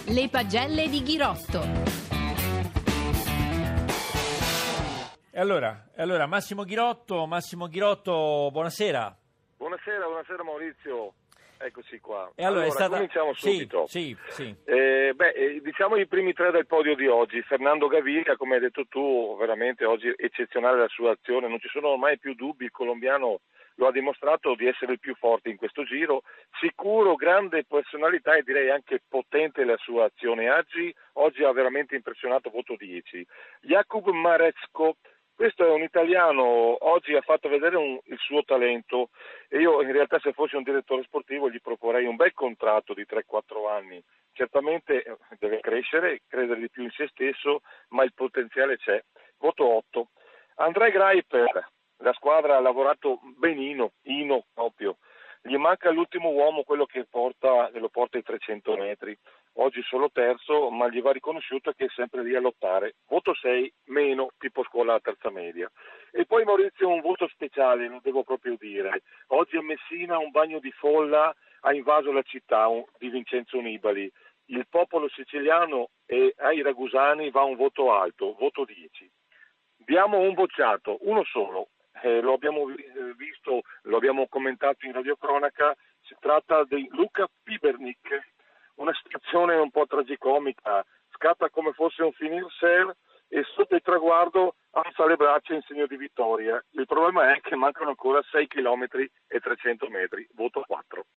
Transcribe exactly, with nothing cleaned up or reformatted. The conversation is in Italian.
Le pagelle di Ghirotto. E allora, e allora Massimo Ghirotto, Massimo Ghirotto, buonasera. Buonasera, buonasera Maurizio, eccoci qua. E allora, allora è stata... cominciamo subito. Sì, sì, sì. Eh, beh, eh, diciamo i primi tre del podio di oggi. Fernando Gaviria, come hai detto tu, veramente oggi eccezionale la sua azione, non ci sono ormai più dubbi, il colombiano lo ha dimostrato di essere il più forte in questo giro, sicuro, grande personalità e direi anche potente la sua azione. Oggi, oggi ha veramente impressionato, voto dieci. Jakub Mareczko, questo è un italiano, oggi ha fatto vedere un, il suo talento e io in realtà se fossi un direttore sportivo gli proporrei un bel contratto di tre quattro anni. Certamente deve crescere, credere di più in se stesso, ma il potenziale c'è. Voto otto. Andrei Greipel, la squadra ha lavorato benino, Ino proprio. Gli manca l'ultimo uomo, quello che, porta, che lo porta ai trecento metri. Oggi solo terzo, ma gli va riconosciuto che è sempre lì a lottare. Voto sei, meno, tipo scuola a terza media. E poi Maurizio un voto speciale, lo devo proprio dire. Oggi a Messina un bagno di folla ha invaso la città un, di Vincenzo Nibali. Il popolo siciliano e ai ragusani va un voto alto, voto dieci. Diamo un bocciato, uno solo. Eh, lo abbiamo visto, lo abbiamo commentato in radiocronaca, si tratta di Luka Pibernik, una situazione un po' tragicomica, scatta come fosse un finir ser e sotto il traguardo alza le braccia in segno di vittoria. Il problema è che mancano ancora sei chilometri e trecento metri, voto quattro.